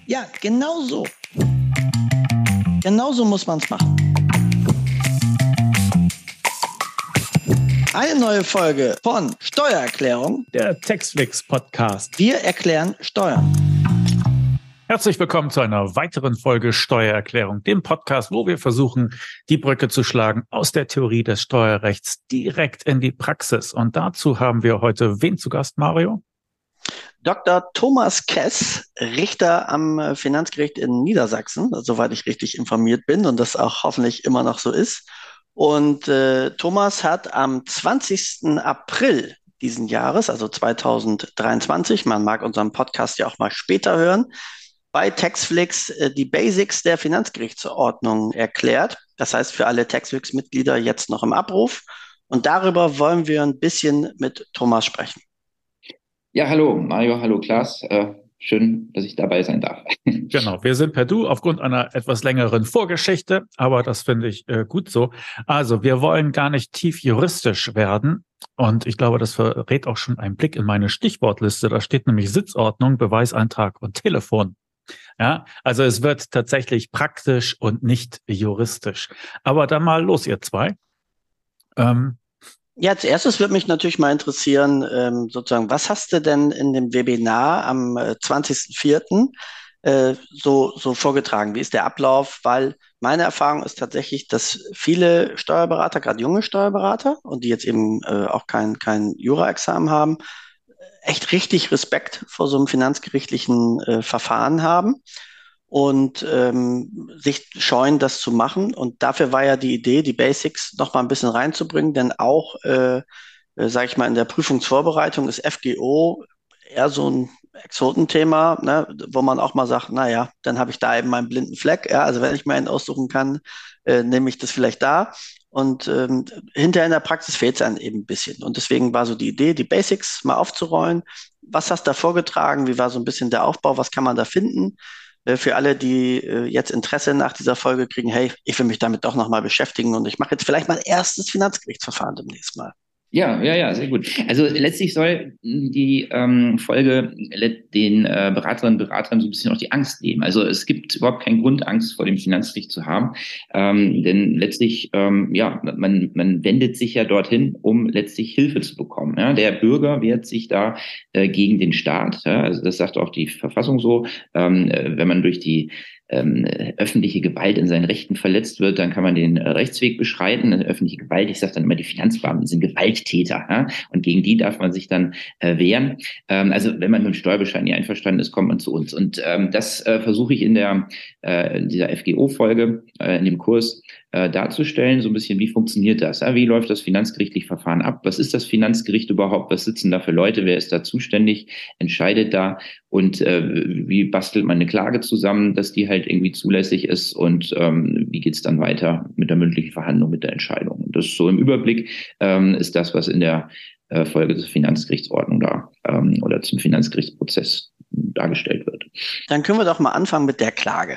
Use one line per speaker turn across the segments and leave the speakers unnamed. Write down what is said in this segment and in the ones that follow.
Ja, genau so. Genau so muss man es machen. Eine neue Folge von Steuererklärung,
der Taxflix Podcast.
Wir erklären Steuern.
Herzlich willkommen zu einer weiteren Folge Steuererklärung, dem Podcast, wo wir versuchen, die Brücke zu schlagen aus der Theorie des Steuerrechts direkt in die Praxis. Und dazu haben wir heute wen zu Gast, Mario?
Dr. Thomas Kess, Richter am Finanzgericht in Niedersachsen, soweit ich richtig informiert bin und das auch hoffentlich immer noch so ist. Und Thomas hat am 20. April diesen Jahres, also 2023, man mag unseren Podcast ja auch mal später hören, bei Taxflix die Basics der Finanzgerichtsordnung erklärt. Das heißt für alle Taxflix-Mitglieder jetzt noch im Abruf. Und darüber wollen wir ein bisschen mit Thomas sprechen.
Ja, hallo Mario, hallo Klaas. Schön, dass ich dabei sein darf.
Genau, wir sind per Du aufgrund einer etwas längeren Vorgeschichte, aber das finde ich gut so. Also, wir wollen gar nicht tief juristisch werden und ich glaube, das verrät auch schon einen Blick in meine Stichwortliste. Da steht nämlich Sitzordnung, Beweiseintrag und Telefon. Ja, also es wird tatsächlich praktisch und nicht juristisch. Aber dann mal los, ihr zwei.
Ja, als erstes würde mich natürlich mal interessieren, sozusagen, was hast du denn in dem Webinar am 20.04. So vorgetragen? Wie ist der Ablauf? Weil meine Erfahrung ist tatsächlich, dass viele Steuerberater, gerade junge Steuerberater und die jetzt eben auch kein Jura-Examen haben, echt richtig Respekt vor so einem finanzgerichtlichen Verfahren haben und sich scheuen, das zu machen. Und dafür war ja die Idee, die Basics noch mal ein bisschen reinzubringen, denn auch, sage ich mal, in der Prüfungsvorbereitung ist FGO eher so ein Exotenthema, ne, wo man auch mal sagt, naja, dann habe ich da eben meinen blinden Fleck. Ja, also wenn ich mir einen aussuchen kann, nehme ich das vielleicht da. Und hinterher in der Praxis fehlt es einem eben ein bisschen. Und deswegen war so die Idee, die Basics mal aufzurollen. Was hast du da vorgetragen? Wie war so ein bisschen der Aufbau? Was kann man da finden? Für alle, die jetzt Interesse nach dieser Folge kriegen, hey, ich will mich damit doch nochmal beschäftigen und ich mache jetzt vielleicht mein erstes Finanzgerichtsverfahren demnächst mal.
Ja, sehr gut. Also letztlich soll die Folge den Beraterinnen und Beratern so ein bisschen auch die Angst nehmen. Also es gibt überhaupt keinen Grund, Angst vor dem Finanzgericht zu haben, denn letztlich, man wendet sich ja dorthin, um letztlich Hilfe zu bekommen. Ja? Der Bürger wehrt sich da gegen den Staat. Ja? Also das sagt auch die Verfassung so. Wenn man durch die öffentliche Gewalt in seinen Rechten verletzt wird, dann kann man den Rechtsweg beschreiten. Öffentliche Gewalt, ich sage dann immer, die Finanzbeamten sind Gewalttäter, ja? Und gegen die darf man sich dann wehren. Also wenn man mit dem Steuerbescheid nicht einverstanden ist, kommt man zu uns. Und das versuche ich in dieser FGO-Folge, in dem Kurs, darzustellen, so ein bisschen, wie funktioniert das? Ja? Wie läuft das finanzgerichtliche Verfahren ab? Was ist das Finanzgericht überhaupt? Was sitzen da für Leute? Wer ist da zuständig? Entscheidet da? Und wie bastelt man eine Klage zusammen, dass die halt irgendwie zulässig ist? Und wie geht's dann weiter mit der mündlichen Verhandlung, mit der Entscheidung? Und das so im Überblick ist das, was in der Folge zur Finanzgerichtsordnung da oder zum Finanzgerichtsprozess dargestellt wird.
Dann können wir doch mal anfangen mit der Klage.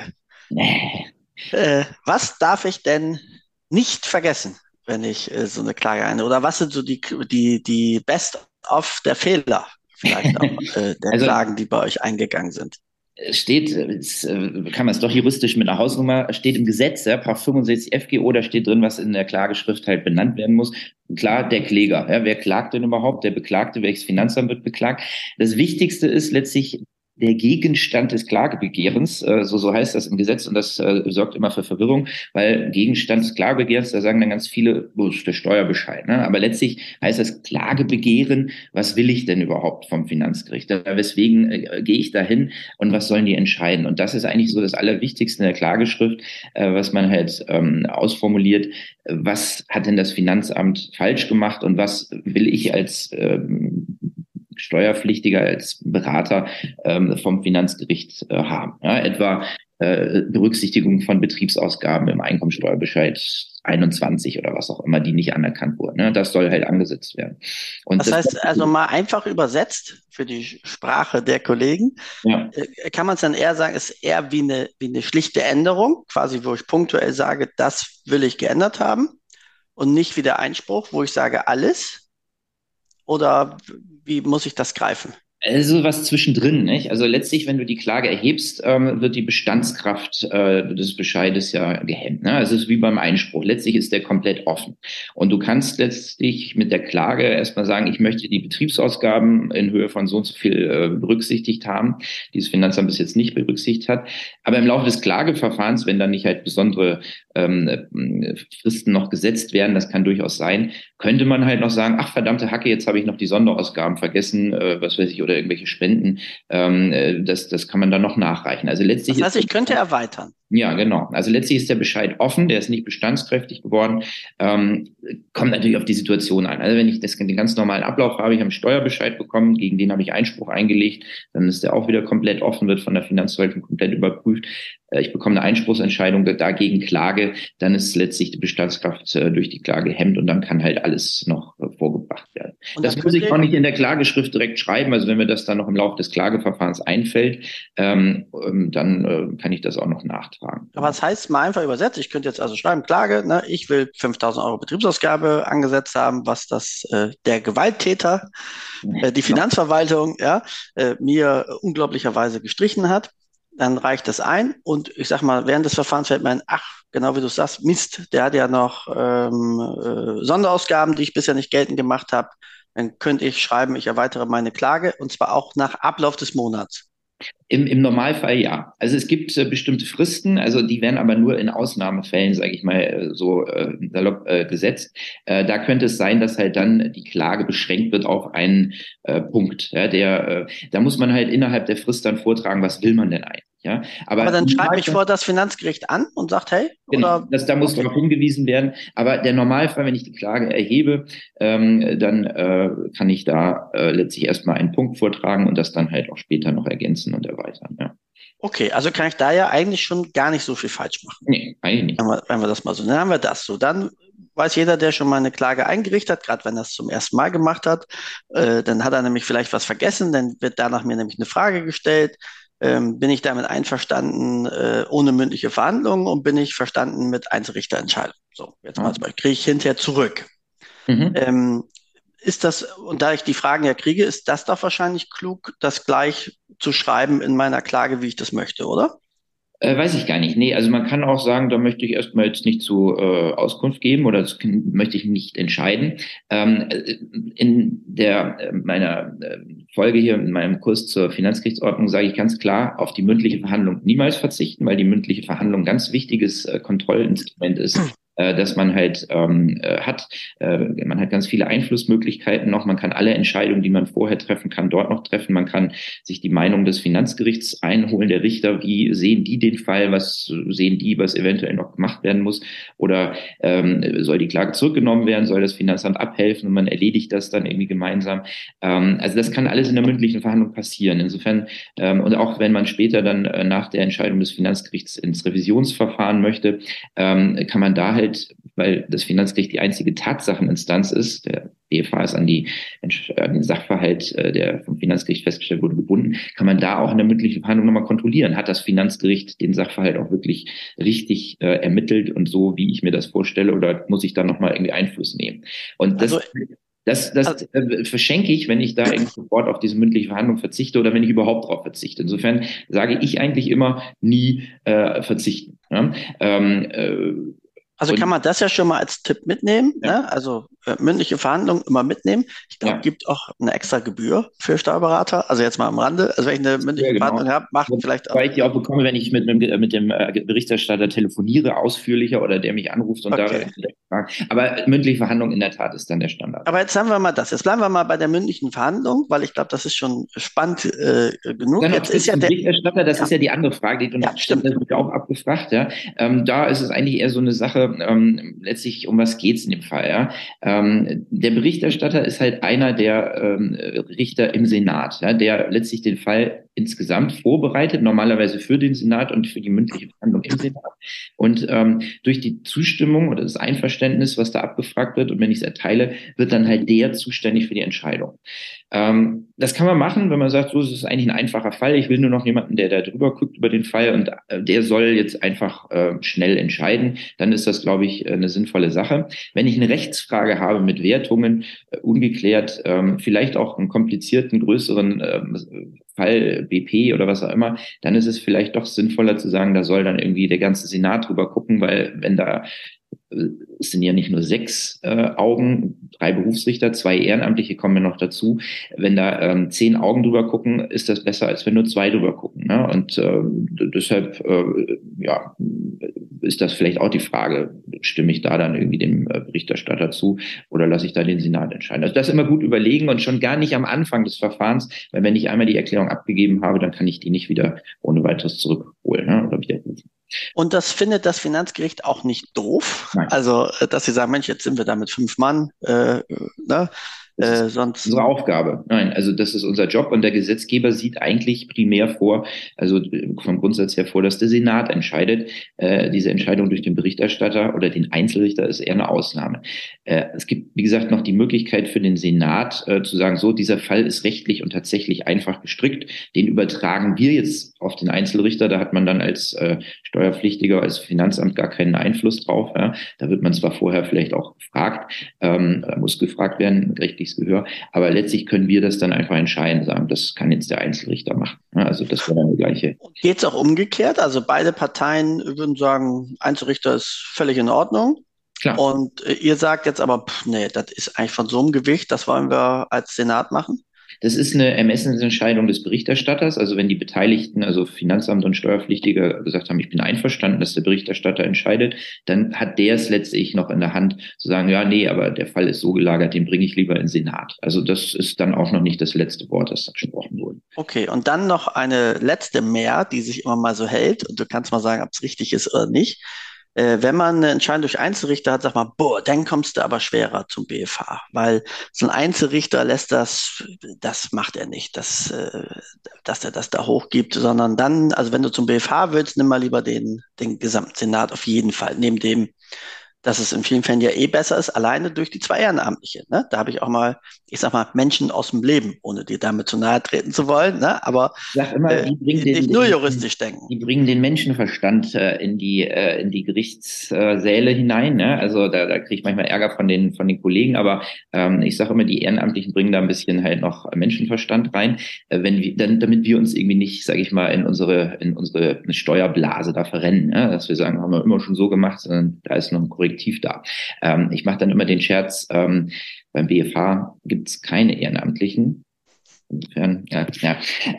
Was darf ich denn nicht vergessen, wenn ich so eine Klage eine? Oder was sind so die Best-of der Fehler vielleicht auch der Klagen, die bei euch eingegangen sind?
Kann man es doch juristisch mit einer Hausnummer, steht im Gesetz, ja, § 65 FGO, da steht drin, was in der Klageschrift halt benannt werden muss. Und klar, der Kläger, ja, wer klagt denn überhaupt? Der Beklagte, welches Finanzamt wird beklagt? Das Wichtigste ist letztlich der Gegenstand des Klagebegehrens, so heißt das im Gesetz, und das sorgt immer für Verwirrung, weil Gegenstand des Klagebegehrens, da sagen dann ganz viele, das ist der Steuerbescheid, ne? Aber letztlich heißt das Klagebegehren, was will ich denn überhaupt vom Finanzgericht? Weswegen gehe ich dahin und was sollen die entscheiden? Und das ist eigentlich so das Allerwichtigste in der Klageschrift, was man halt ausformuliert. Was hat denn das Finanzamt falsch gemacht und was will ich als Steuerpflichtiger, als Berater vom Finanzgericht haben. Ja, etwa Berücksichtigung von Betriebsausgaben im Einkommensteuerbescheid 21 oder was auch immer, die nicht anerkannt wurden. Ne? Das soll halt angesetzt werden. Und
das heißt also mal einfach übersetzt für die Sprache der Kollegen, ja. Kann man es dann eher sagen, ist eher wie eine schlichte Änderung, quasi wo ich punktuell sage, das will ich geändert haben und nicht wie der Einspruch, wo ich sage alles? Oder wie muss ich das greifen?
Also was zwischendrin, nicht? Also letztlich, wenn du die Klage erhebst, wird die Bestandskraft des Bescheides ja gehemmt. Ne? Also es ist wie beim Einspruch. Letztlich ist der komplett offen. Und du kannst letztlich mit der Klage erstmal sagen, ich möchte die Betriebsausgaben in Höhe von so und so viel berücksichtigt haben, die das Finanzamt bis jetzt nicht berücksichtigt hat. Aber im Laufe des Klageverfahrens, wenn dann nicht halt besondere Fristen noch gesetzt werden, das kann durchaus sein, könnte man halt noch sagen, ach verdammte Hacke, jetzt habe ich noch die Sonderausgaben vergessen, was weiß ich, oder irgendwelche Spenden, das kann man dann noch nachreichen. Also letztlich
das heißt, ich könnte erweitern.
Ja, genau. Also letztlich ist der Bescheid offen, der ist nicht bestandskräftig geworden. Kommt natürlich auf die Situation an. Also wenn ich den ganz normalen Ablauf habe, ich habe einen Steuerbescheid bekommen, gegen den habe ich Einspruch eingelegt, dann ist der auch wieder komplett offen, wird von der Finanzverwaltung komplett überprüft. Ich bekomme eine Einspruchsentscheidung, dagegen klage, dann ist letztlich die Bestandskraft durch die Klage gehemmt und dann kann halt alles noch vorgebracht werden. Und das muss ich auch nicht in der Klageschrift direkt schreiben. Also wenn mir das dann noch im Laufe des Klageverfahrens einfällt, dann kann ich das auch noch nachtragen.
Aber das heißt mal einfach übersetzt, ich könnte jetzt also schreiben, Klage, ne, ich will 5.000 Euro Betriebsausgabe angesetzt haben, was das der Gewalttäter, die Finanzverwaltung, mir unglaublicherweise gestrichen hat. Dann reicht das ein und ich sag mal, während des Verfahrens fällt mir ein, ach, genau wie du sagst, Mist, der hat ja noch Sonderausgaben, die ich bisher nicht geltend gemacht habe. Dann könnte ich schreiben, ich erweitere meine Klage und zwar auch nach Ablauf des Monats.
Im Normalfall ja. Also es gibt bestimmte Fristen, also die werden aber nur in Ausnahmefällen, sage ich mal, so salopp gesetzt. Da könnte es sein, dass halt dann die Klage beschränkt wird auf einen Punkt. Ja, da muss man halt innerhalb der Frist dann vortragen, was will man denn eigentlich. Ja,
aber dann schreibt mich vor das Finanzgericht an und sagt, hey,
genau, oder? Da muss darauf hingewiesen werden. Aber der Normalfall, wenn ich die Klage erhebe, dann kann ich da letztlich erstmal einen Punkt vortragen und das dann halt auch später noch ergänzen und erweitern. Ja.
Okay, also kann ich da ja eigentlich schon gar nicht so viel falsch machen.
Nee, eigentlich nicht.
Wenn wir das mal so, dann haben wir das so. Dann weiß jeder, der schon mal eine Klage eingerichtet hat, gerade wenn er es zum ersten Mal gemacht hat, dann hat er nämlich vielleicht was vergessen, dann wird danach mir nämlich eine Frage gestellt. Bin ich damit einverstanden ohne mündliche Verhandlungen und bin ich verstanden mit Einzelrichterentscheidung? So, jetzt mal zum Beispiel, kriege ich hinterher zurück. Ist das, und da ich die Fragen ja kriege, ist das doch wahrscheinlich klug, das gleich zu schreiben in meiner Klage, wie ich das möchte, oder?
Weiß ich gar nicht. Nee, also man kann auch sagen, da möchte ich erstmal jetzt nicht zu Auskunft geben oder das möchte ich nicht entscheiden. In meiner Folge hier, in meinem Kurs zur Finanzgerichtsordnung sage ich ganz klar, auf die mündliche Verhandlung niemals verzichten, weil die mündliche Verhandlung ein ganz wichtiges Kontrollinstrument ist, dass man halt hat. Man hat ganz viele Einflussmöglichkeiten noch. Man kann alle Entscheidungen, die man vorher treffen kann, dort noch treffen. Man kann sich die Meinung des Finanzgerichts einholen, der Richter. Wie sehen die den Fall? Was sehen die, was eventuell noch gemacht werden muss? Oder soll die Klage zurückgenommen werden? Soll das Finanzamt abhelfen und man erledigt das dann irgendwie gemeinsam? Also das kann alles in der mündlichen Verhandlung passieren. Insofern, und auch wenn man später dann nach der Entscheidung des Finanzgerichts ins Revisionsverfahren möchte, kann man da halt, weil das Finanzgericht die einzige Tatsacheninstanz ist, der BFH ist an den Sachverhalt, der vom Finanzgericht festgestellt wurde, gebunden, kann man da auch in der mündlichen Verhandlung nochmal kontrollieren. Hat das Finanzgericht den Sachverhalt auch wirklich richtig ermittelt und so, wie ich mir das vorstelle, oder muss ich da nochmal irgendwie Einfluss nehmen? Und das verschenke ich, wenn ich da sofort auf diese mündliche Verhandlung verzichte oder wenn ich überhaupt darauf verzichte. Insofern sage ich eigentlich immer nie verzichten. Ja? Also kann man das ja schon mal als Tipp mitnehmen, ne? Also mündliche Verhandlungen immer mitnehmen. Ich glaube, gibt auch eine extra Gebühr für Steuerberater. Also jetzt mal am Rande. Also wenn ich eine mündliche Verhandlung habe, macht vielleicht auch. Weil ich die auch bekomme, wenn ich mit dem Berichterstatter telefoniere, ausführlicher oder der mich anruft und da fragt. Aber mündliche Verhandlung in der Tat ist dann der Standard. Aber jetzt haben wir mal das. Jetzt bleiben wir mal bei der mündlichen Verhandlung, weil ich glaube, das ist schon spannend genug. Jetzt ist ja der Berichterstatter, das ist ja die andere Frage, die du noch stellst, das wird ja auch abgefragt. Ja? Da ist es eigentlich eher so eine Sache, letztlich um was geht's in dem Fall. Ja? Der Berichterstatter ist halt einer der Richter im Senat, ja, der letztlich den Fall insgesamt vorbereitet, normalerweise für den Senat und für die mündliche Verhandlung im Senat. Und durch die Zustimmung oder das Einverständnis, was da abgefragt wird, und wenn ich es erteile, wird dann halt der zuständig für die Entscheidung. Das kann man machen, wenn man sagt, so, es ist eigentlich ein einfacher Fall. Ich will nur noch jemanden, der da drüber guckt über den Fall und der soll jetzt einfach schnell entscheiden. Dann ist das, glaube ich, eine sinnvolle Sache. Wenn ich eine Rechtsfrage habe mit Wertungen, ungeklärt, vielleicht auch einen komplizierten, größeren Fall, BP oder was auch immer, dann ist es vielleicht doch sinnvoller zu sagen, da soll dann irgendwie der ganze Senat drüber gucken, weil wenn da es sind ja nicht nur 6 Augen, 3 Berufsrichter, 2 Ehrenamtliche kommen ja noch dazu. Wenn da 10 Augen drüber gucken, ist das besser, als wenn nur 2 drüber gucken. Ne? Und deshalb ja, ist das vielleicht auch die Frage, stimme ich da dann irgendwie dem Berichterstatter zu oder lasse ich da den Senat entscheiden? Also das immer gut überlegen und schon gar nicht am Anfang des Verfahrens, weil wenn ich einmal die Erklärung abgegeben habe, dann kann ich die nicht wieder ohne weiteres zurückholen, ne? Oder widerrufen.
Und das findet das Finanzgericht auch nicht doof.
Nein.
Also, dass sie sagen, Mensch, jetzt sind wir da mit 5 Mann, ne?
Das ist
Sonst
unsere Aufgabe. Nein, also das ist unser Job und der Gesetzgeber sieht eigentlich primär vor, also vom Grundsatz her vor, dass der Senat entscheidet. Diese Entscheidung durch den Berichterstatter oder den Einzelrichter ist eher eine Ausnahme. Es gibt, wie gesagt, noch die Möglichkeit für den Senat zu sagen, so, dieser Fall ist rechtlich und tatsächlich einfach gestrickt. Den übertragen wir jetzt auf den Einzelrichter. Da hat man dann als Steuerpflichtiger, als Finanzamt gar keinen Einfluss drauf. Ja. Da wird man zwar vorher vielleicht auch gefragt, muss gefragt werden, rechtliches Gehör, aber letztlich können wir das dann einfach entscheiden, sagen, das kann jetzt der Einzelrichter machen. Ja, also das wäre dann die gleiche.
geht es auch umgekehrt. Also beide Parteien würden sagen, Einzelrichter ist völlig in Ordnung.
Klar.
Und ihr sagt jetzt aber, nee, das ist eigentlich von so einem Gewicht, das wollen wir als Senat machen.
Das ist eine Ermessensentscheidung des Berichterstatters. Also wenn die Beteiligten, also Finanzamt und Steuerpflichtige, gesagt haben, ich bin einverstanden, dass der Berichterstatter entscheidet, dann hat der es letztlich noch in der Hand zu sagen, ja, nee, aber der Fall ist so gelagert, den bringe ich lieber in den Senat. Also das ist dann auch noch nicht das letzte Wort, das da gesprochen wurde.
Okay, und dann noch eine letzte mehr, die sich immer mal so hält. Und du kannst mal sagen, ob es richtig ist oder nicht. Wenn man eine Entscheidung durch Einzelrichter hat, sagt man, boah, dann kommst du aber schwerer zum BFH, weil so ein Einzelrichter lässt das macht er nicht, dass er das da hochgibt, sondern dann, also wenn du zum BFH willst, nimm mal lieber den gesamten Senat auf jeden Fall, neben dem, dass es in vielen Fällen ja eh besser ist, alleine durch die 2 Ehrenamtliche. Ne? Da habe ich auch mal, ich sag mal, Menschen aus dem Leben, ohne dir damit zu nahe treten zu wollen, ne? Aber
ich sag immer,
nicht nur juristisch denken.
Die bringen den Menschenverstand in die Gerichtssäle hinein. Ne? Also da kriege ich manchmal Ärger von den Kollegen, aber ich sage immer, die Ehrenamtlichen bringen da ein bisschen halt noch Menschenverstand rein, damit wir uns irgendwie nicht, sage ich mal, in unsere Steuerblase da verrennen. Ne? Dass wir sagen, haben wir immer schon so gemacht, sondern da ist noch ein Korrektiv da. Ich mache dann immer den Scherz, beim BFH gibt es keine Ehrenamtlichen. Insofern, ja.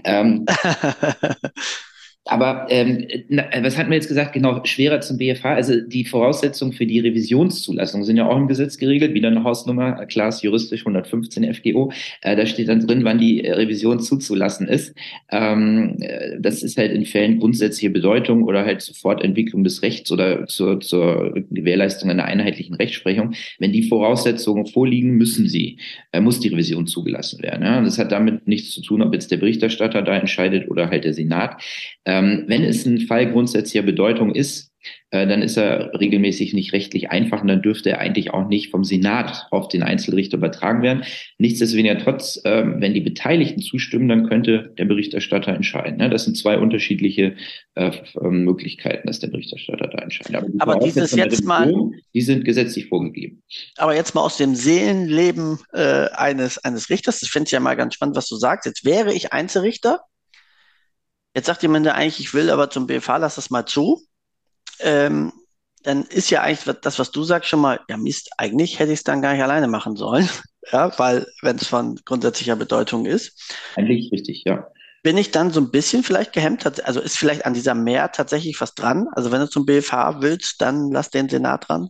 Aber was hatten wir jetzt gesagt? Genau, schwerer zum BFH. Also die Voraussetzungen für die Revisionszulassung sind ja auch im Gesetz geregelt. Wieder eine Hausnummer, klar ist juristisch 115 FGO. Da steht dann drin, wann die Revision zuzulassen ist. Das ist halt in Fällen grundsätzliche Bedeutung oder halt Sofortentwicklung des Rechts oder zur Gewährleistung einer einheitlichen Rechtsprechung. Wenn die Voraussetzungen vorliegen, muss die Revision zugelassen werden. Ja? Das hat damit nichts zu tun, ob jetzt der Berichterstatter da entscheidet oder halt der Senat. Wenn es ein Fall grundsätzlicher Bedeutung ist, dann ist er regelmäßig nicht rechtlich einfach und dann dürfte er eigentlich auch nicht vom Senat auf den Einzelrichter übertragen werden. Nichtsdestoweniger trotz, wenn die Beteiligten zustimmen, dann könnte der Berichterstatter entscheiden. Ne? Das sind 2 unterschiedliche Möglichkeiten, dass der Berichterstatter da entscheidet.
Aber dieses jetzt mal,
die sind gesetzlich vorgegeben.
Aber jetzt mal aus dem Seelenleben eines Richters, das finde ich ja mal ganz spannend, was du sagst. Jetzt wäre ich Einzelrichter. Jetzt sagt jemand ja eigentlich, ich will aber zum BFH, lass das mal zu. Dann ist ja eigentlich das, was du sagst, schon mal, ja Mist, eigentlich hätte ich es dann gar nicht alleine machen sollen. Ja, weil, wenn es von grundsätzlicher Bedeutung ist.
Eigentlich richtig, ja.
Bin ich dann so ein bisschen vielleicht gehemmt? Also ist vielleicht an dieser Mehr tatsächlich was dran? Also wenn du zum BFH willst, dann lass den Senat dran.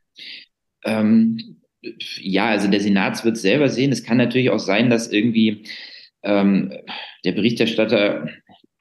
Ja, also der Senat wird selber sehen. Es kann natürlich auch sein, dass irgendwie der Berichterstatter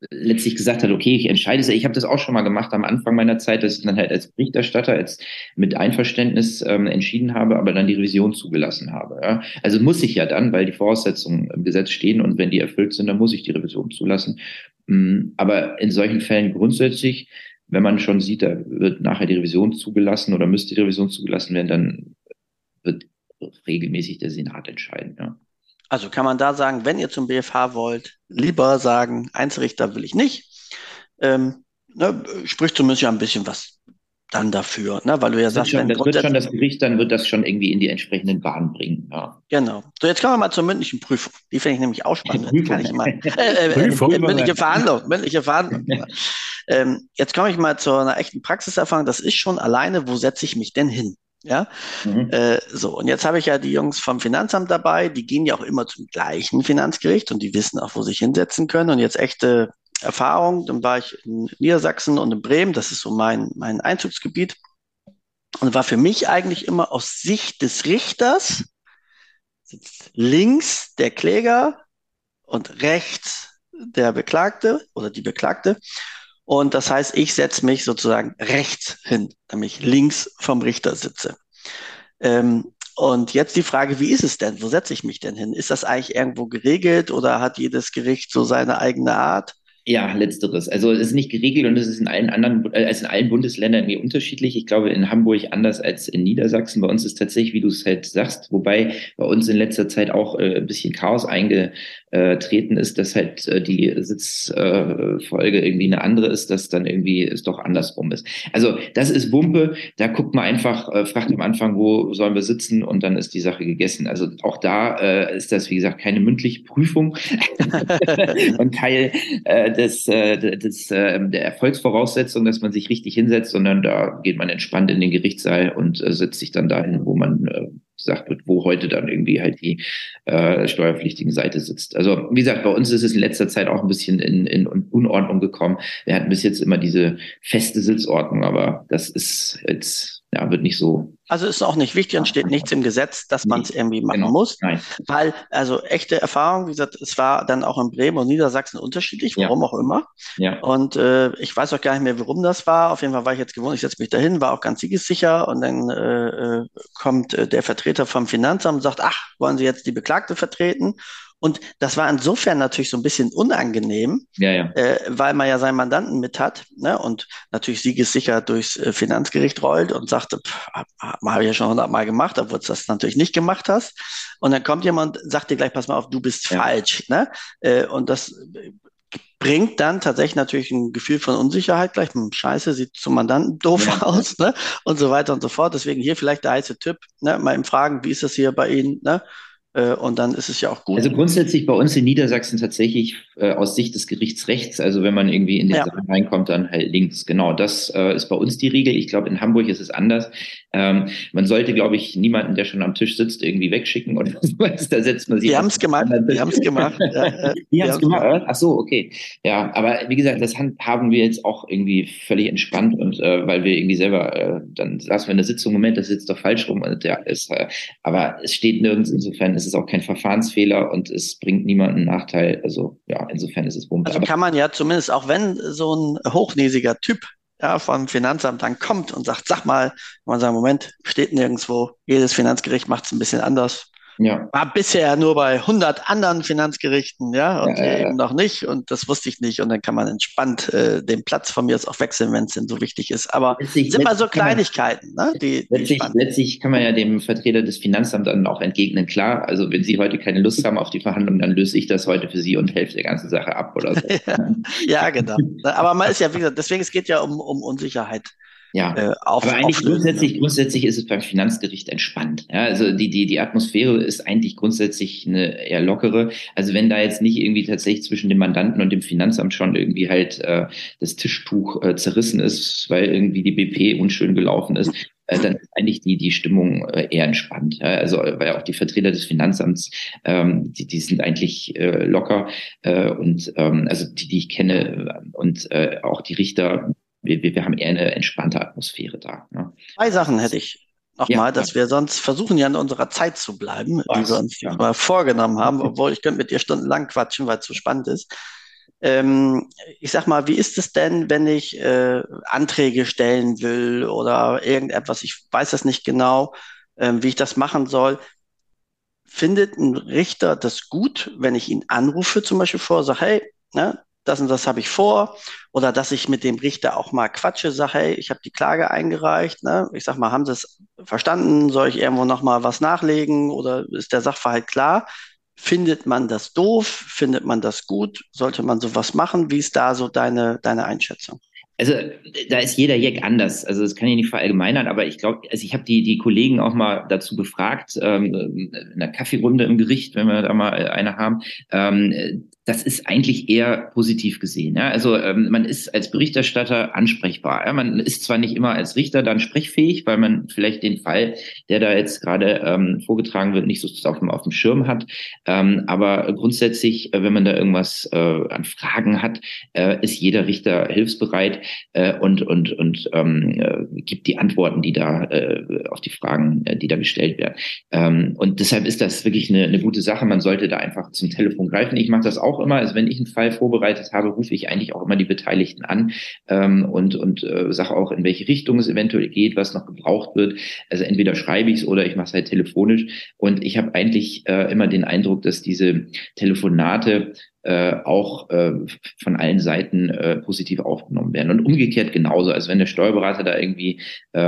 letztlich gesagt hat, okay, ich entscheide es. Ich habe das auch schon mal gemacht am Anfang meiner Zeit, dass ich dann halt als Berichterstatter jetzt mit Einverständnis entschieden habe, aber dann die Revision zugelassen habe. Ja. Also muss ich ja dann, weil die Voraussetzungen im Gesetz stehen und wenn die erfüllt sind, dann muss ich die Revision zulassen. Aber in solchen Fällen grundsätzlich, wenn man schon sieht, da wird nachher die Revision zugelassen oder müsste die Revision zugelassen werden, dann wird regelmäßig der Senat entscheiden. Ja.
Also kann man da sagen, wenn ihr zum BFH wollt, lieber sagen, Einzelrichter will ich nicht. Spricht zumindest ja ein bisschen was dann dafür, ne? Weil du ja sagst, wenn
das Gericht, dann wird das schon irgendwie in die entsprechenden Bahnen bringen. Ja.
Genau. So, jetzt kommen wir mal zur mündlichen Prüfung. Die finde ich nämlich auch spannend. Kann ich mal. Mündliche Verhandlung. Jetzt komme ich mal zu einer echten Praxiserfahrung. Das ist schon alleine, wo setze ich mich denn hin? Ja, und jetzt habe ich ja die Jungs vom Finanzamt dabei, die gehen ja auch immer zum gleichen Finanzgericht und die wissen auch, wo sie sich hinsetzen können. Und jetzt echte Erfahrung, dann war ich in Niedersachsen und in Bremen, das ist so mein Einzugsgebiet. Und war für mich eigentlich immer aus Sicht des Richters sitzt links der Kläger und rechts der Beklagte oder die Beklagte. Und das heißt, ich setze mich sozusagen rechts hin, damit ich links vom Richter sitze. Und jetzt die Frage, wie ist es denn? Wo setze ich mich denn hin? Ist das eigentlich irgendwo geregelt oder hat jedes Gericht so seine eigene Art?
Ja, letzteres. Also es ist nicht geregelt und es ist in allen anderen, also in allen Bundesländern irgendwie unterschiedlich. Ich glaube, in Hamburg anders als in Niedersachsen. Bei uns ist tatsächlich, wie du es halt sagst, wobei bei uns in letzter Zeit auch ein bisschen Chaos eingetreten ist, dass halt die Sitzfolge irgendwie eine andere ist, dass dann irgendwie es doch andersrum ist. Also das ist Wumpe. Da guckt man einfach, fragt am Anfang, wo sollen wir sitzen und dann ist die Sache gegessen. Also auch da ist das, wie gesagt, keine mündliche Prüfung und Teil der Erfolgsvoraussetzung, dass man sich richtig hinsetzt, sondern da geht man entspannt in den Gerichtssaal und setzt sich dann dahin, wo man gesagt wird, wo heute dann irgendwie halt die steuerpflichtigen Seite sitzt. Also wie gesagt, bei uns ist es in letzter Zeit auch ein bisschen in Unordnung gekommen. Wir hatten bis jetzt immer diese feste Sitzordnung, aber das ist jetzt, ja, wird nicht so.
Also ist auch nicht wichtig und steht nichts im Gesetz, dass man es irgendwie machen muss.
Nein.
Weil, also echte Erfahrung, wie gesagt, es war dann auch in Bremen und Niedersachsen unterschiedlich, warum auch immer.
Ja.
Und ich weiß auch gar nicht mehr, warum das war. Auf jeden Fall war ich jetzt gewohnt, ich setze mich dahin, war auch ganz siegessicher und dann kommt der Vertreter vom Finanzamt und sagt, ach, wollen Sie jetzt die Beklagte vertreten? Und das war insofern natürlich so ein bisschen unangenehm, weil man ja seinen Mandanten mit hat, ne? Und natürlich siegessicher durchs Finanzgericht rollt und sagte, habe ich ja schon 100-mal gemacht, obwohl du das natürlich nicht gemacht hast. Und dann kommt jemand und sagt dir gleich, pass mal auf, du bist falsch. Ne? Und das bringt dann tatsächlich natürlich ein Gefühl von Unsicherheit gleich. Scheiße, sieht zum Mandanten doof aus, ne? Und so weiter und so fort. Deswegen hier vielleicht der heiße Tipp, ne? Mal ihm fragen, wie ist das hier bei Ihnen, ne? Und dann ist es ja auch gut.
Also grundsätzlich bei uns in Niedersachsen tatsächlich aus Sicht des Gerichts rechts, also wenn man irgendwie in den Saal reinkommt, dann halt links. Genau, das ist bei uns die Regel. Ich glaube, in Hamburg ist es anders. Man sollte, glaube ich, niemanden, der schon am Tisch sitzt, irgendwie wegschicken oder sowas. Da setzt man sich.
Die haben es gemacht. Die haben es gemacht.
Die haben es gemacht. Ach so, okay. Ja, aber wie gesagt, das haben wir jetzt auch irgendwie völlig entspannt und weil wir irgendwie selber, dann saßen wir in der Sitzung, Moment, das sitzt doch falsch rum. Und aber es steht nirgends, insofern ist es auch kein Verfahrensfehler und es bringt niemanden einen Nachteil. Also ja, insofern ist es Wumpe.
Also kann man ja zumindest, auch wenn so ein hochnäsiger Typ vom Finanzamt dann kommt und sagt, sag mal, man sagt, Moment, steht nirgendwo, jedes Finanzgericht macht es ein bisschen anders.
Ja.
War bisher nur bei 100 anderen Finanzgerichten, und eben noch nicht und das wusste ich nicht und dann kann man entspannt den Platz von mir aus auch wechseln, wenn es denn so wichtig ist. Aber es sind immer so Kleinigkeiten,
letztlich kann man ja dem Vertreter des Finanzamts dann auch entgegnen, klar, also wenn Sie heute keine Lust haben auf die Verhandlung, dann löse ich das heute für Sie und helfe der ganzen Sache ab oder so.
Ja, genau. Aber man ist ja, wie gesagt, deswegen, es geht ja um Unsicherheit.
Ja, aber eigentlich grundsätzlich ist es beim Finanzgericht entspannt. Ja, also die Atmosphäre ist eigentlich grundsätzlich eine eher lockere. Also wenn da jetzt nicht irgendwie tatsächlich zwischen dem Mandanten und dem Finanzamt schon irgendwie halt das Tischtuch zerrissen ist, weil irgendwie die BP unschön gelaufen ist, dann ist eigentlich die Stimmung eher entspannt. Ja, also weil auch die Vertreter des Finanzamts, die sind eigentlich locker und also die ich kenne und auch die Richter. Wir haben eher eine entspannte Atmosphäre da. Ne?
2 Sachen hätte ich nochmal, dass wir sonst versuchen ja in unserer Zeit zu bleiben, die wir uns mal vorgenommen haben, obwohl ich könnte mit dir stundenlang quatschen, weil es so spannend ist. Ähm, Ich sag mal, wie ist es denn, wenn ich Anträge stellen will oder irgendetwas, ich weiß das nicht genau, wie ich das machen soll. Findet ein Richter das gut, wenn ich ihn anrufe, zum Beispiel vor, sage, hey, ne, das und das habe ich vor, oder dass ich mit dem Richter auch mal quatsche, sage, hey, ich habe die Klage eingereicht, ne? Ich sag mal, haben Sie es verstanden? Soll ich irgendwo noch mal was nachlegen oder ist der Sachverhalt klar? Findet man das doof? Findet man das gut? Sollte man sowas machen? Wie ist da so deine Einschätzung?
Also da ist jeder Jack anders. Also das kann ich nicht verallgemeinern, aber ich glaube, also ich habe die Kollegen auch mal dazu befragt, in einer Kaffeerunde im Gericht, wenn wir da mal eine haben. Das ist eigentlich eher positiv gesehen. Ja? Also man ist als Berichterstatter ansprechbar. Ja? Man ist zwar nicht immer als Richter dann sprechfähig, weil man vielleicht den Fall, der da jetzt gerade vorgetragen wird, nicht so auf dem Schirm hat. Aber grundsätzlich, wenn man da irgendwas an Fragen hat, ist jeder Richter hilfsbereit und gibt die Antworten, die da auf die Fragen, die da gestellt werden. Und deshalb ist das wirklich eine gute Sache. Man sollte da einfach zum Telefon greifen. Ich mache das auch immer. Also wenn ich einen Fall vorbereitet habe, rufe ich eigentlich auch immer die Beteiligten an und sage auch, in welche Richtung es eventuell geht, was noch gebraucht wird. Also entweder schreibe ich es oder ich mache es halt telefonisch. Und ich habe eigentlich immer den Eindruck, dass diese Telefonate auch von allen Seiten positiv aufgenommen werden. Und umgekehrt genauso. Also wenn der Steuerberater da irgendwie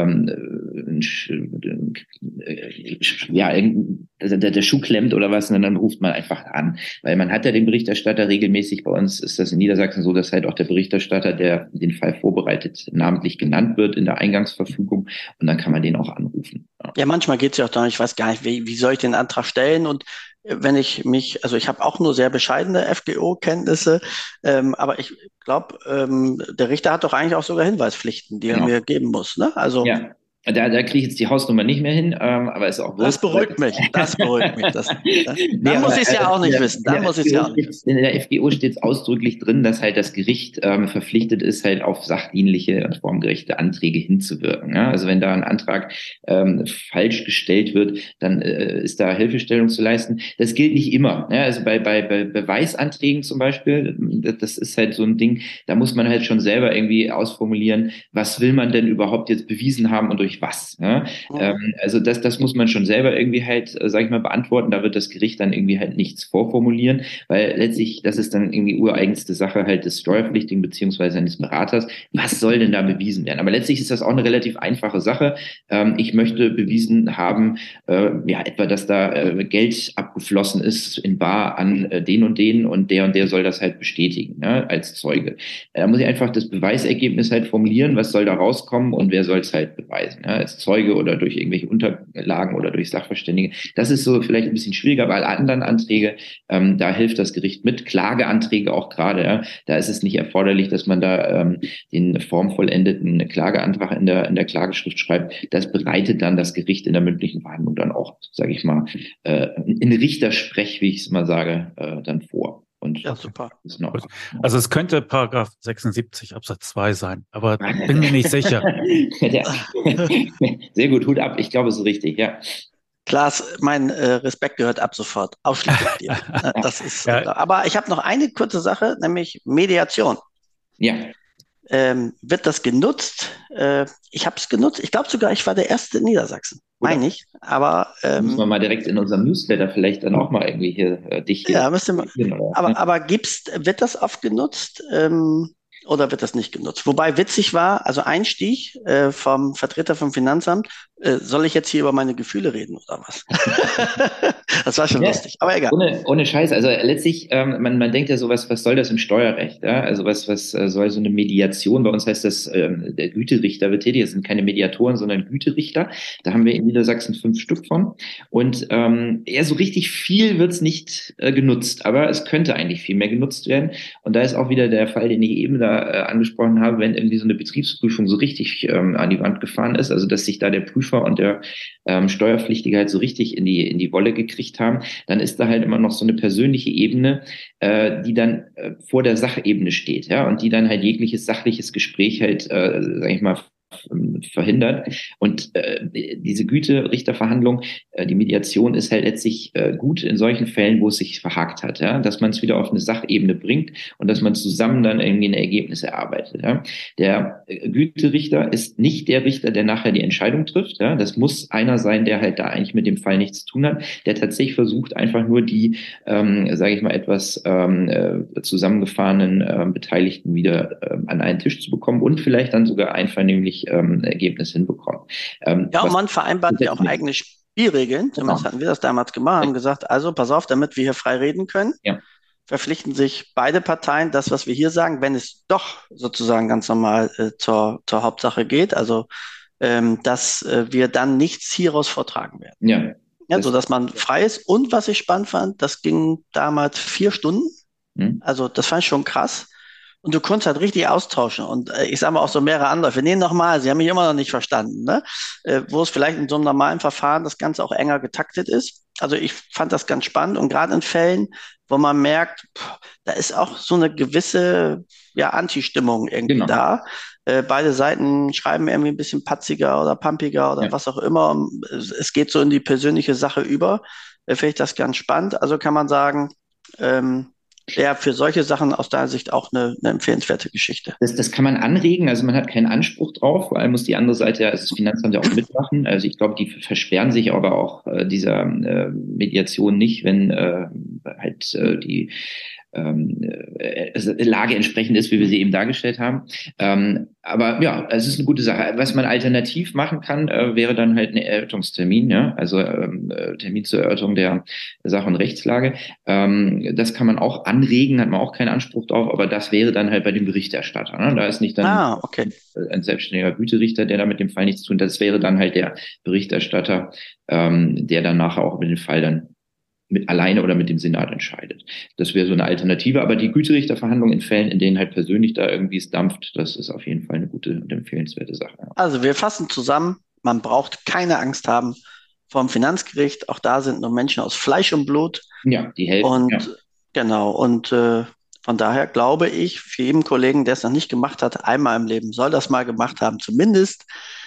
der Schuh klemmt oder was, und dann ruft man einfach an. Weil man hat ja den Berichterstatter regelmäßig, bei uns ist das in Niedersachsen so, dass halt auch der Berichterstatter, der den Fall vorbereitet, namentlich genannt wird in der Eingangsverfügung und dann kann man den auch anrufen. Ja.
Ja, manchmal geht es ja auch darum, ich weiß gar nicht, wie soll ich den Antrag stellen und wenn ich mich, also ich habe auch nur sehr bescheidene FGO-Kenntnisse, aber ich glaube, der Richter hat doch eigentlich auch sogar Hinweispflichten, die er
Genau.
mir geben muss, ne? Also
Ja. Da kriege ich jetzt die Hausnummer nicht mehr hin, aber ist auch
das
wurscht.
beruhigt mich, das beruhigt mich.
Nee,
Dann
aber
muss ich es ja auch nicht wissen, dann muss ich es ja auch nicht wissen.
In der FGO steht es ausdrücklich drin, dass halt das Gericht verpflichtet ist, halt auf sachdienliche und formgerechte Anträge hinzuwirken. Ja? Also wenn da ein Antrag falsch gestellt wird, dann ist da Hilfestellung zu leisten. Das gilt nicht immer. Ja? Also bei Beweisanträgen zum Beispiel, das ist halt so ein Ding, da muss man halt schon selber irgendwie ausformulieren, was will man denn überhaupt jetzt bewiesen haben und durch was. Ja?
Mhm.
Also das muss man schon selber irgendwie halt, sag ich mal, beantworten. Da wird das Gericht dann irgendwie halt nichts vorformulieren, weil letztlich, das ist dann irgendwie ureigenste Sache halt des Steuerpflichtigen beziehungsweise eines Beraters. Was soll denn da bewiesen werden? Aber letztlich ist das auch eine relativ einfache Sache. Ich möchte bewiesen haben, ja, etwa, dass da Geld abgeflossen ist in bar an den und der soll das halt bestätigen, ja, als Zeuge. Da muss ich einfach das Beweisergebnis halt formulieren, was soll da rauskommen und wer soll es halt beweisen, ja, als Zeuge oder durch irgendwelche Unterlagen oder durch Sachverständige. Das ist so vielleicht ein bisschen schwieriger, aber alle anderen Anträge, da hilft das Gericht mit. Klageanträge auch gerade, ja, da ist es nicht erforderlich, dass man da den formvollendeten Klageantrag in der Klageschrift schreibt. Das bereitet dann das Gericht in der mündlichen Verhandlung dann auch, sage ich mal, in Richtersprech, wie ich es mal sage, dann vor. Und
Ja, super.
ist noch.
Also es könnte Paragraph 76 Absatz 2 sein, aber bin mir nicht sicher.
Sehr gut, Hut ab. Ich glaube, es ist richtig, ja.
Klaas, mein Respekt gehört ab sofort ausschließlich dir. Das ist,
Ja,
aber ich habe noch eine kurze Sache, nämlich Mediation.
Ja,
Wird das genutzt? Ich habe es genutzt. Ich glaube sogar, ich war der Erste in Niedersachsen.
Hut ab.
Meine ich. Aber
Müssen wir mal direkt in unserem Newsletter vielleicht dann auch mal irgendwie hier dich hier.
ja, müsste man.
Oder, ne?
Aber wird das oft genutzt? Oder wird das nicht genutzt? Wobei witzig war, also Einstieg vom Vertreter vom Finanzamt, soll ich jetzt hier über meine Gefühle reden oder was? Das war schon
Ja,
lustig, aber egal.
ohne Scheiß. Also letztlich, man denkt ja so, was soll das im Steuerrecht? Ja? Also was soll so eine Mediation? Bei uns heißt das, der Güterichter wird tätig. Das sind keine Mediatoren, sondern Güterichter. Da haben wir in Niedersachsen 5 Stück von. Und eher so richtig viel wird's nicht genutzt, aber es könnte eigentlich viel mehr genutzt werden. Und da ist auch wieder der Fall, den ich eben da angesprochen habe, wenn irgendwie so eine Betriebsprüfung so richtig an die Wand gefahren ist, also dass sich da der Prüfer und der Steuerpflichtige halt so richtig in die Wolle gekriegt haben, dann ist da halt immer noch so eine persönliche Ebene, die dann vor der Sachebene steht, ja, und die dann halt jegliches sachliches Gespräch halt, sag ich mal, verhindert. Und diese Güterichterverhandlung, die Mediation ist halt letztlich gut in solchen Fällen, wo es sich verhakt hat, ja? Dass man es wieder auf eine Sachebene bringt und dass man zusammen dann irgendwie ein Ergebnis erarbeitet. Ja? Der Güterichter ist nicht der Richter, der nachher die Entscheidung trifft. Ja? Das muss einer sein, der halt da eigentlich mit dem Fall nichts zu tun hat, der tatsächlich versucht, einfach nur die, sage ich mal, etwas zusammengefahrenen Beteiligten wieder an einen Tisch zu bekommen und vielleicht dann sogar einvernehmlich Ergebnis hinbekommen.
Ja, und man vereinbart ja auch eigene Spielregeln. Zumindest hatten wir das damals gemacht, haben gesagt, also pass auf, damit wir hier frei reden können, verpflichten sich beide Parteien, das, was wir hier sagen, wenn es doch sozusagen ganz normal zur Hauptsache geht, also dass wir dann nichts hieraus vortragen werden. Ja, so dass man frei ist. Und was ich spannend fand, das ging damals 4 Stunden. Also das fand ich schon krass. Und du konntest halt richtig austauschen. Und ich sage mal auch so mehrere Anläufe. Nee, nochmal, sie haben mich immer noch nicht verstanden, ne? Wo es vielleicht in so einem normalen Verfahren das Ganze auch enger getaktet ist. Also ich fand das ganz spannend. Und gerade in Fällen, wo man merkt, da ist auch so eine gewisse Anti-Stimmung irgendwie da. Beide Seiten schreiben irgendwie ein bisschen patziger oder pumpiger oder was auch immer. Es geht so in die persönliche Sache über. Finde ich das ganz spannend. Also kann man sagen, für solche Sachen aus deiner Sicht auch eine empfehlenswerte Geschichte.
Das kann man anregen, also man hat keinen Anspruch drauf, vor allem muss die andere Seite, also das Finanzamt ja auch mitmachen. Also ich glaube, die versperren sich aber auch dieser Mediation nicht, wenn halt die Lage entsprechend ist, wie wir sie eben dargestellt haben. Aber ja, es ist eine gute Sache. Was man alternativ machen kann, wäre dann halt ein Erörterungstermin, ja? Also Termin zur Erörterung der Sach- und Rechtslage. Das kann man auch anregen, hat man auch keinen Anspruch drauf, aber das wäre dann halt bei dem Berichterstatter. Ne? Da ist nicht dann ein selbstständiger Güterichter, der da mit dem Fall nichts zu tun hat. Das wäre dann halt der Berichterstatter, der dann nachher auch über den Fall dann mit alleine oder mit dem Senat entscheidet. Das wäre so eine Alternative, aber die Güterichterverhandlung in Fällen, in denen halt persönlich da irgendwie es dampft, das ist auf jeden Fall eine gute und empfehlenswerte Sache.
Also wir fassen zusammen, man braucht keine Angst haben vom Finanzgericht, auch da sind nur Menschen aus Fleisch und Blut.
Ja, die helfen.
Und genau, und von daher glaube ich, für jeden Kollegen, der es noch nicht gemacht hat, einmal im Leben soll das mal gemacht haben, zumindest.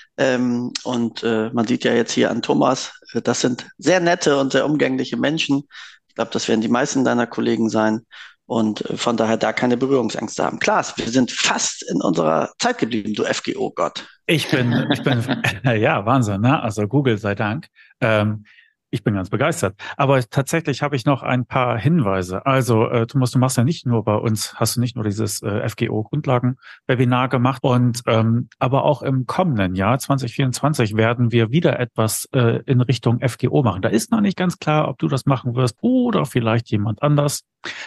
Und man sieht ja jetzt hier an Thomas, das sind sehr nette und sehr umgängliche Menschen. Ich glaube, das werden die meisten deiner Kollegen sein. Und von daher da keine Berührungsangst haben. Klaas, wir sind fast in unserer Zeit geblieben, du FGO-Gott.
Ich bin, ja, Wahnsinn, ne? Also Google sei Dank. Ich bin ganz begeistert. Aber tatsächlich habe ich noch ein paar Hinweise. Also, Thomas, du machst ja nicht nur bei uns, hast du nicht nur dieses FGO-Grundlagen-Webinar gemacht und aber auch im kommenden Jahr 2024 werden wir wieder etwas in Richtung FGO machen. Da ist noch nicht ganz klar, ob du das machen wirst oder vielleicht jemand anders.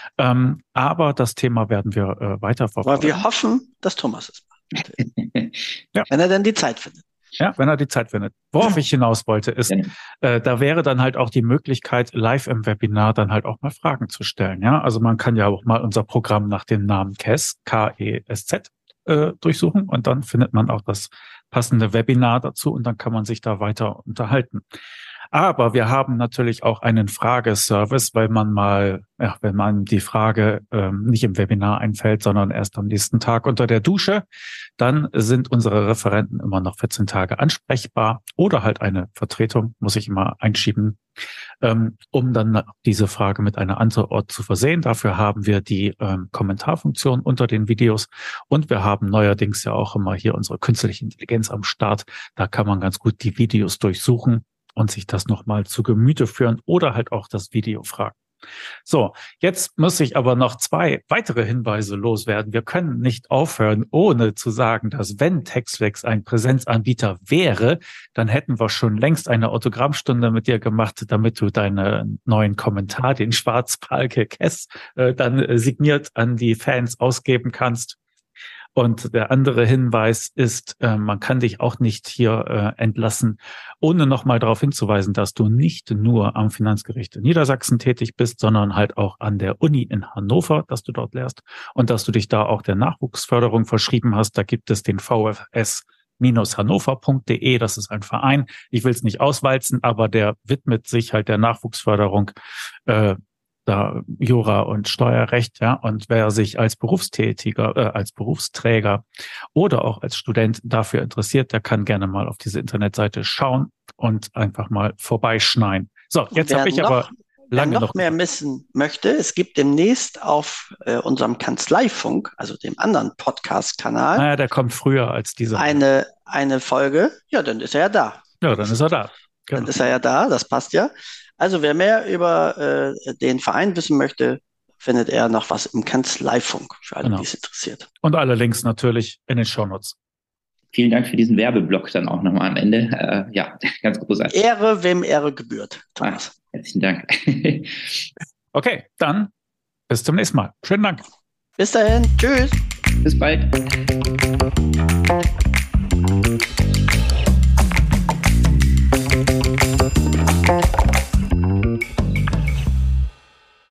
Aber das Thema werden wir weiter verfolgen.
Aber wir hoffen, dass Thomas es macht. Wenn er denn die Zeit findet.
Ja, wenn er die Zeit findet. Worauf ich hinaus wollte, ist, da wäre dann halt auch die Möglichkeit, live im Webinar dann halt auch mal Fragen zu stellen. Ja, also man kann ja auch mal unser Programm nach dem Namen KESZ, K-E-S-Z, durchsuchen und dann findet man auch das passende Webinar dazu und dann kann man sich da weiter unterhalten. Aber wir haben natürlich auch einen Frageservice, weil man wenn man die Frage nicht im Webinar einfällt, sondern erst am nächsten Tag unter der Dusche, dann sind unsere Referenten immer noch 14 Tage ansprechbar oder halt eine Vertretung, muss ich immer einschieben, um dann diese Frage mit einer Antwort zu versehen. Dafür haben wir die Kommentarfunktion unter den Videos und wir haben neuerdings ja auch immer hier unsere künstliche Intelligenz am Start. Da kann man ganz gut die Videos durchsuchen und sich das nochmal zu Gemüte führen oder halt auch das Video fragen. So, jetzt muss ich aber noch 2 weitere Hinweise loswerden. Wir können nicht aufhören, ohne zu sagen, dass wenn Textflex ein Präsenzanbieter wäre, dann hätten wir schon längst eine Autogrammstunde mit dir gemacht, damit du deinen neuen Kommentar, den Schwarzpalke Kess, dann signiert an die Fans ausgeben kannst. Und der andere Hinweis ist, man kann dich auch nicht hier entlassen, ohne nochmal darauf hinzuweisen, dass du nicht nur am Finanzgericht in Niedersachsen tätig bist, sondern halt auch an der Uni in Hannover, dass du dort lehrst und dass du dich da auch der Nachwuchsförderung verschrieben hast. Da gibt es den VfS-hannover.de, das ist ein Verein. Ich will es nicht auswalzen, aber der widmet sich halt der Nachwuchsförderung da Jura und Steuerrecht, ja. Und wer sich als als Berufsträger oder auch als Student dafür interessiert, der kann gerne mal auf diese Internetseite schauen und einfach mal vorbeischneien. So, jetzt habe ich aber lange noch
mehr wissen möchte, es gibt demnächst auf unserem Kanzleifunk, also dem anderen Podcast-Kanal,
naja, der kommt früher als dieser.
Eine Folge. Ja, dann ist er ja da.
Ja, dann ist er da.
Genau. Dann ist er ja da, das passt ja. Also wer mehr über den Verein wissen möchte, findet er noch was im Kanzleifunk, für alle, die es interessiert.
Und alle Links natürlich in den Shownotes.
Vielen Dank für diesen Werbeblock dann auch nochmal am Ende. Ja, ganz großartig.
Ehre, wem Ehre gebührt, Thomas.
Herzlichen Dank.
Okay, dann bis zum nächsten Mal. Schönen Dank.
Bis dahin. Tschüss.
Bis bald.